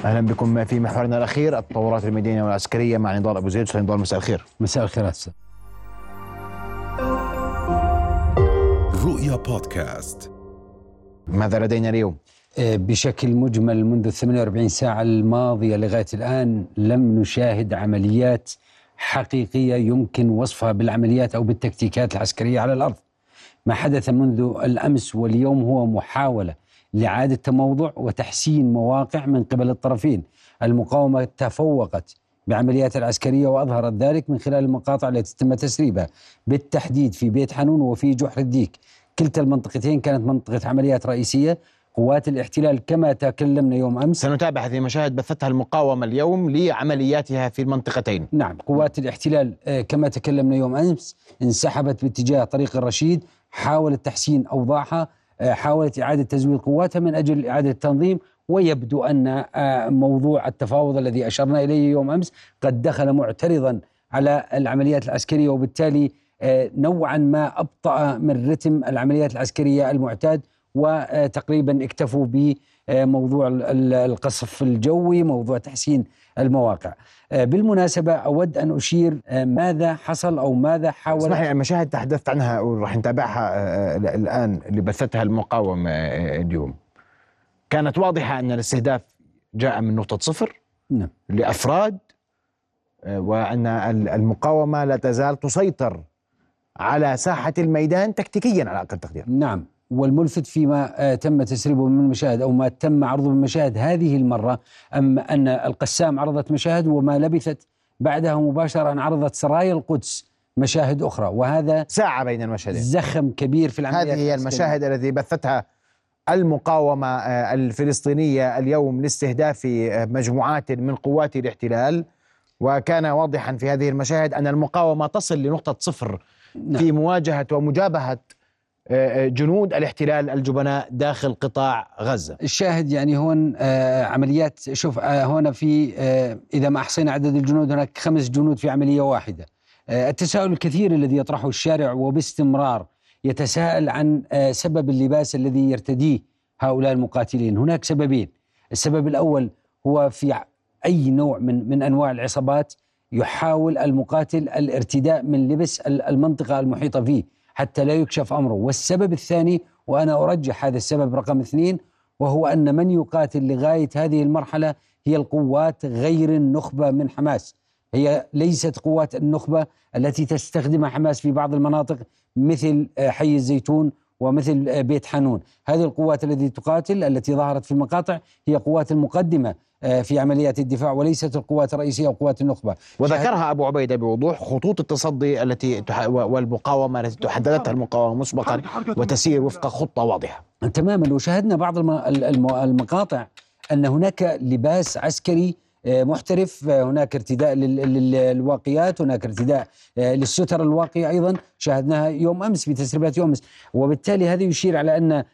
أهلا بكم في محورنا الأخير، التطورات الميدانية والعسكرية مع نضال أبو زيد. أستاذ نضال، مساء الخير. مساء الخير أستاذ. رؤيا بودكاست. ماذا لدينا اليوم؟ بشكل مجمل منذ 48 ساعة الماضية لغاية الآن لم نشاهد عمليات حقيقية يمكن وصفها بالعمليات أو بالتكتيكات العسكرية على الأرض. ما حدث منذ الأمس واليوم هو محاولة لإعادة تموضع وتحسين مواقع من قبل الطرفين. المقاومة تفوقت بعمليات العسكرية وأظهرت ذلك من خلال المقاطع التي تم تسريبها بالتحديد في بيت حنون وفي جحر الديك. كلتا المنطقتين كانت منطقة عمليات رئيسية. قوات الاحتلال كما تكلمنا يوم أمس سنتابع هذه المشاهد بثتها المقاومة اليوم لعملياتها في المنطقتين. نعم، قوات الاحتلال كما تكلمنا يوم أمس انسحبت باتجاه طريق الرشيد، حاولت تحسين أوضاعها، حاولت إعادة تزويد قواتها من أجل إعادة التنظيم. ويبدو أن موضوع التفاوض الذي أشرنا إليه يوم أمس قد دخل معترضا على العمليات العسكرية، وبالتالي نوعا ما أبطأ من رتم العمليات العسكرية المعتاد، وتقريبا اكتفوا بموضوع القصف الجوي، موضوع تحسين المواقع. بالمناسبة أود أن أشير ماذا حصل أو ماذا حاول. اسمح لي، المشاهد تحدثت عنها وراح نتابعها الآن اللي بثتها المقاومة اليوم كانت واضحة أن الاستهداف جاء من نقطة صفر. نعم. لأفراد، وأن المقاومة لا تزال تسيطر على ساحة الميدان تكتيكيا على أقل تقدير. نعم، والملفت فيما تم تسريبه من المشاهد أو ما تم عرضه من المشاهد هذه المرة أن القسام عرضت مشاهد، وما لبثت بعدها مباشرة أن عرضت سرايا القدس مشاهد أخرى، وهذا ساعة بين المشهدين، زخم كبير في العمليات. هذه هي المشاهد التي بثتها المقاومة الفلسطينية اليوم لاستهداف مجموعات من قوات الاحتلال. وكان واضحا في هذه المشاهد أن المقاومة تصل لنقطة صفر في مواجهة ومجابهة جنود الاحتلال الجبناء داخل قطاع غزة. الشاهد يعني هون عمليات، شوف هنا في إذا ما أحصينا عدد الجنود هناك 5 جنود في عملية واحدة. التساؤل الكثير الذي يطرحه الشارع وباستمرار يتساءل عن سبب اللباس الذي يرتديه هؤلاء المقاتلين. هناك سببين. السبب الأول هو في أي نوع من أنواع العصابات يحاول المقاتل الارتداء من لبس المنطقة المحيطة فيه حتى لا يكشف أمره. والسبب الثاني، وأنا أرجح هذا السبب رقم 2، وهو أن من يقاتل لغاية هذه المرحلة هي القوات غير النخبة من حماس. هي ليست قوات النخبة التي تستخدمها حماس في بعض المناطق مثل حي الزيتون ومثل بيت حنون. هذه القوات التي تقاتل التي ظهرت في المقاطع هي قوات المقدمة في عمليات الدفاع، وليست القوات الرئيسية وقوات النخبة. وذكرها أبو عبيدة بوضوح خطوط التصدي والمقاومة التي تحددتها المقاومة مسبقا وتسير وفق خطة واضحة تماما. وشاهدنا بعض المقاطع أن هناك لباس عسكري محترف، هناك ارتداء للواقيات، هناك ارتداء للستر الواقية أيضا شاهدناها يوم أمس بتسريبات يوم أمس. وبالتالي هذا يشير على أن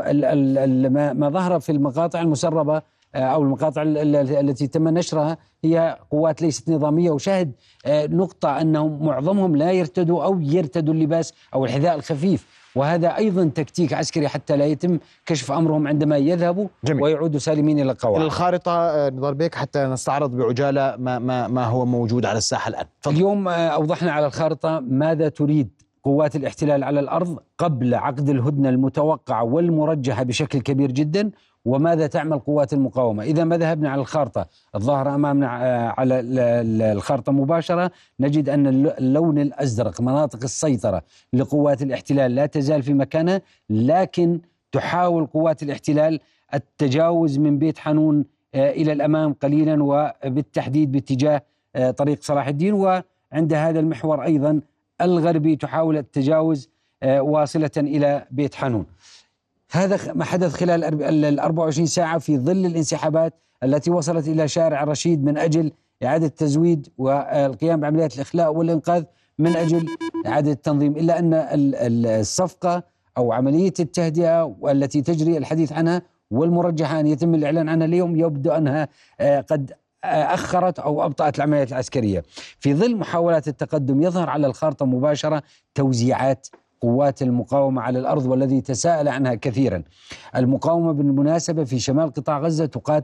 ما ظهر في المقاطع المسربة أو المقاطع التي تم نشرها هي قوات ليست نظامية. وشاهد نقطة أنهم معظمهم لا يرتدوا أو يرتدوا اللباس أو الحذاء الخفيف، وهذا أيضا تكتيك عسكري حتى لا يتم كشف أمرهم عندما يذهبوا. جميل. ويعودوا سالمين إلى القواعد. الخارطة نضال بيك حتى نستعرض بعجالة ما هو موجود على الساحة الآن. اليوم أوضحنا على الخارطة ماذا تريد قوات الاحتلال على الأرض قبل عقد الهدنة المتوقعة والمرجحة بشكل كبير جدا، وماذا تعمل قوات المقاومة. إذا ما ذهبنا على الخارطة الظاهرة أمامنا على الخارطة مباشرة، نجد أن اللون الأزرق مناطق السيطرة لقوات الاحتلال لا تزال في مكانها، لكن تحاول قوات الاحتلال التجاوز من بيت حنون إلى الأمام قليلا، وبالتحديد باتجاه طريق صلاح الدين، وعند هذا المحور أيضا الغربي تحاول التجاوز واصلة إلى بيت حنون. هذا ما حدث خلال 24 ساعة في ظل الانسحابات التي وصلت إلى شارع الرشيد من أجل إعادة التزويد والقيام بعمليات الإخلاء والإنقاذ من أجل إعادة التنظيم. إلا أن الصفقة أو عملية التهدئة والتي تجري الحديث عنها والمرجحة أن يتم الإعلان عنها اليوم يبدو أنها قد أخرت أو أبطأت العمليات العسكرية. في ظل محاولات التقدم يظهر على الخارطة مباشرة توزيعات قوات المقاومة على الأرض، والذي تساءل عنها كثيرا. المقاومة بالمناسبة في شمال قطاع غزة تقاتل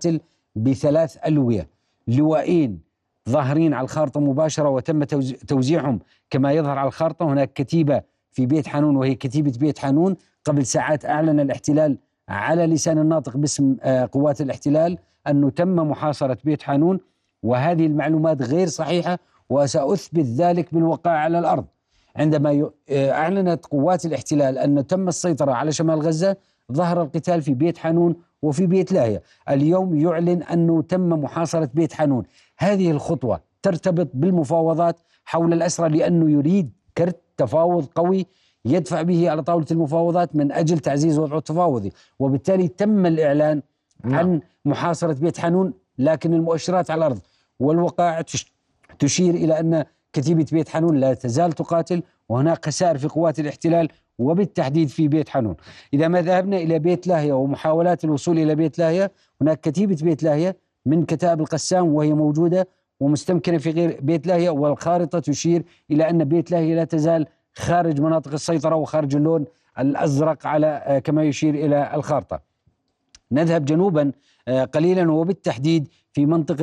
بثلاث ألوية، لواءين ظاهرين على الخارطة مباشرة وتم توزيعهم كما يظهر على الخارطة. هناك كتيبة في بيت حانون وهي كتيبة بيت حانون. قبل ساعات أعلن الاحتلال على لسان الناطق باسم قوات الاحتلال أنه تم محاصرة بيت حانون، وهذه المعلومات غير صحيحة، وسأثبت ذلك بالوقائع على الأرض. عندما أعلنت قوات الاحتلال أن تم السيطرة على شمال غزة، ظهر القتال في بيت حانون وفي بيت لاهيا. اليوم يعلن أنه تم محاصرة بيت حانون. هذه الخطوة ترتبط بالمفاوضات حول الأسرى، لأنه يريد كرت تفاوض قوي يدفع به على طاولة المفاوضات من أجل تعزيز وضعه التفاوضي، وبالتالي تم الإعلان عن محاصرة بيت حانون. لكن المؤشرات على الأرض والوقائع تشير إلى أن كتيبة بيت حانون لا تزال تقاتل، وهناك خسائر في قوات الاحتلال وبالتحديد في بيت حانون. إذا ما ذهبنا إلى بيت لاهيا ومحاولات الوصول إلى بيت لاهيا، هناك كتيبة بيت لاهيا من كتائب القسام وهي موجودة ومستمكنة في غير بيت لاهيا، والخارطة تشير إلى أن بيت لاهيا لا تزال خارج مناطق السيطرة وخارج اللون الأزرق على كما يشير إلى الخارطة. نذهب جنوبا قليلا وبالتحديد في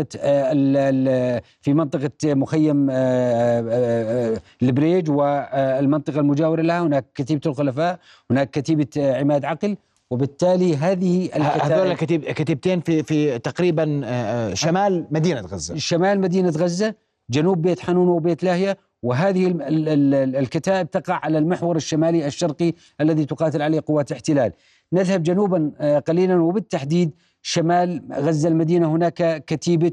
منطقة مخيم البريج والمنطقة المجاورة لها. هناك كتيبة الخلفاء، هناك كتيبة عماد عقل، وبالتالي هذه هذول كتيبتين في تقريبا شمال مدينة غزة، شمال مدينة غزة، جنوب بيت حانون وبيت لاهيا. وهذه الكتائب تقع على المحور الشمالي الشرقي الذي تقاتل عليه قوات الاحتلال. نذهب جنوبا قليلا وبالتحديد شمال غزة المدينة. هناك كتيبة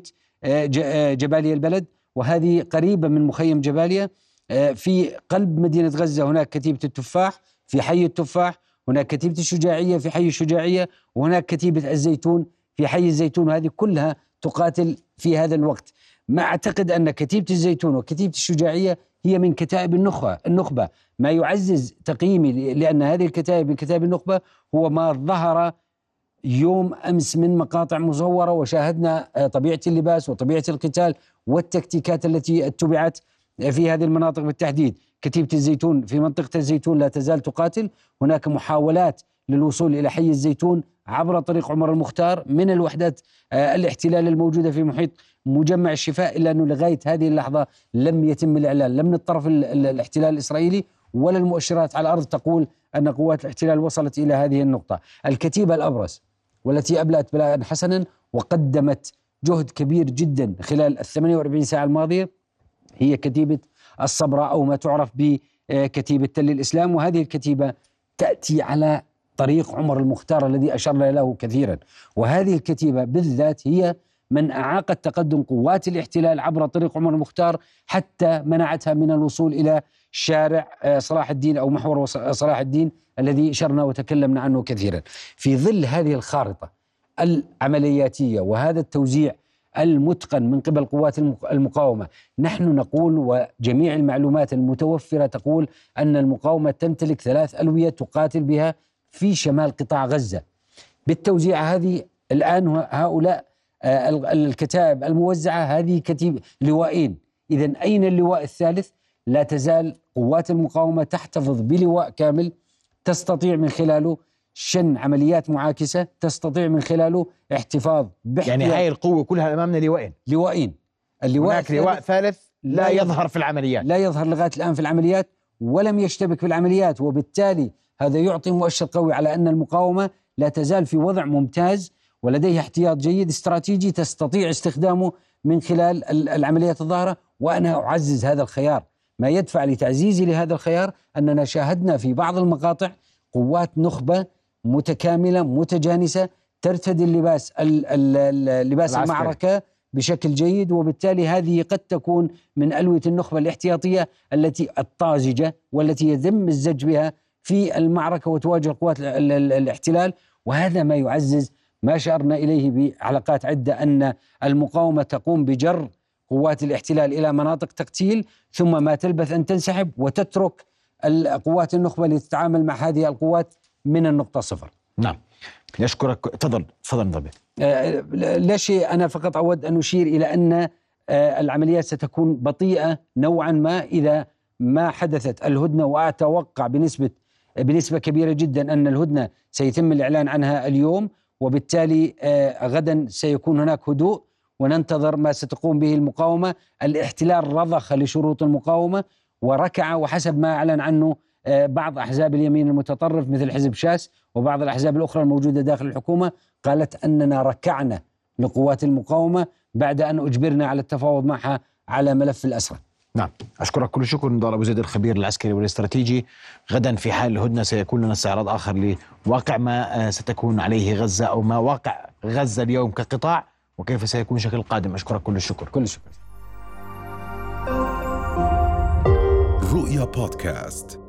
جباليا البلد، وهذه قريبة من مخيم جباليا. في قلب مدينة غزة هناك كتيبة التفاح في حي التفاح، هناك كتيبة الشجاعية في حي الشجاعية، وهناك كتيبة الزيتون في حي الزيتون، وهذه كلها تقاتل في هذا الوقت. ما أعتقد أن كتيبة الزيتون وكتيبة الشجاعية هي من كتائب النخبة. ما يعزز تقييمي لأن هذه الكتائب من كتائب النخبة هو ما ظهر يوم أمس من مقاطع مزورة، وشاهدنا طبيعة اللباس وطبيعة القتال والتكتيكات التي اتبعت في هذه المناطق بالتحديد. كتيبة الزيتون في منطقة الزيتون لا تزال تقاتل. هناك محاولات للوصول إلى حي الزيتون عبر طريق عمر المختار من الوحدات الاحتلال الموجودة في محيط مجمع الشفاء، إلا أنه لغاية هذه اللحظة لم يتم الإعلان لا من الطرف الاحتلال الإسرائيلي ولا المؤشرات على الأرض تقول أن قوات الاحتلال وصلت إلى هذه النقطة. الكتيبة الأبرز والتي أبلغت بلاء حسنا وقدمت جهد كبير جدا خلال 48 ساعة الماضية هي كتيبة الصبراء، أو ما تعرف بكتيبة تل الإسلام. وهذه الكتيبة تأتي على طريق عمر المختار الذي أشرنا له كثيرا، وهذه الكتيبة بالذات هي من أعاقت تقدم قوات الاحتلال عبر طريق عمر المختار حتى منعتها من الوصول إلى شارع صلاح الدين أو محور صلاح الدين الذي أشرنا وتكلمنا عنه كثيرا. في ظل هذه الخارطة العملياتية وهذا التوزيع المتقن من قبل قوات المقاومة، نحن نقول وجميع المعلومات المتوفرة تقول أن المقاومة تمتلك 3 ألوية تقاتل بها في شمال قطاع غزة. بالتوزيع هذه الآن هؤلاء الكتائب الموزعة هذه كتيبة لوائين، إذن أين اللواء الثالث؟ لا تزال قوات المقاومة تحتفظ بلواء كامل تستطيع من خلاله شن عمليات معاكسة، تستطيع من خلاله احتفاظ يعني هاي القوة كلها أمامنا لوائين. هناك لواء ثالث لا يظهر في العمليات، لا يظهر لغاية الآن في العمليات ولم يشتبك في العمليات، وبالتالي هذا يعطي مؤشر قوي على أن المقاومة لا تزال في وضع ممتاز ولديها احتياط جيد استراتيجي تستطيع استخدامه من خلال العمليات الظاهرة. وأنا أعزز هذا الخيار. ما يدفع لتعزيزي لهذا الخيار أننا شاهدنا في بعض المقاطع قوات نخبة متكاملة متجانسة ترتدي اللباس المعركة بشكل جيد، وبالتالي هذه قد تكون من ألوية النخبة الاحتياطية التي الطازجة والتي يتم الزج بها في المعركة وتواجه قوات الاحتلال. وهذا ما يعزز ما شارنا إليه بعلاقات عدة أن المقاومة تقوم بجر قوات الاحتلال إلى مناطق تقتيل ثم ما تلبث أن تنسحب وتترك القوات النخبة لتتعامل مع هذه القوات من النقطة 0. نعم، نشكرك. تفضل نضبي. لا شيء، أنا فقط أود أن أشير إلى أن العمليات ستكون بطيئة نوعا ما إذا ما حدثت الهدنة، وأتوقع بنسبة كبيرة جدا أن الهدنة سيتم الإعلان عنها اليوم، وبالتالي غدا سيكون هناك هدوء، وننتظر ما ستقوم به المقاومة. الاحتلال رضخ لشروط المقاومة وركع، وحسب ما أعلن عنه بعض أحزاب اليمين المتطرف مثل حزب شاس وبعض الأحزاب الأخرى الموجودة داخل الحكومة، قالت أننا ركعنا لقوات المقاومة بعد أن أجبرنا على التفاوض معها على ملف الأسرى. نعم، أشكرك كل شكر نضال أبو زيد الخبير العسكري والاستراتيجي. غدا في حال الهدنة سيكون لنا استعراض آخر لواقع ما ستكون عليه غزة، أو ما واقع غزة اليوم كقطاع، وكيف سيكون شكل القادم. أشكرك كل الشكر. كل الشكر. رؤيا بودكاست.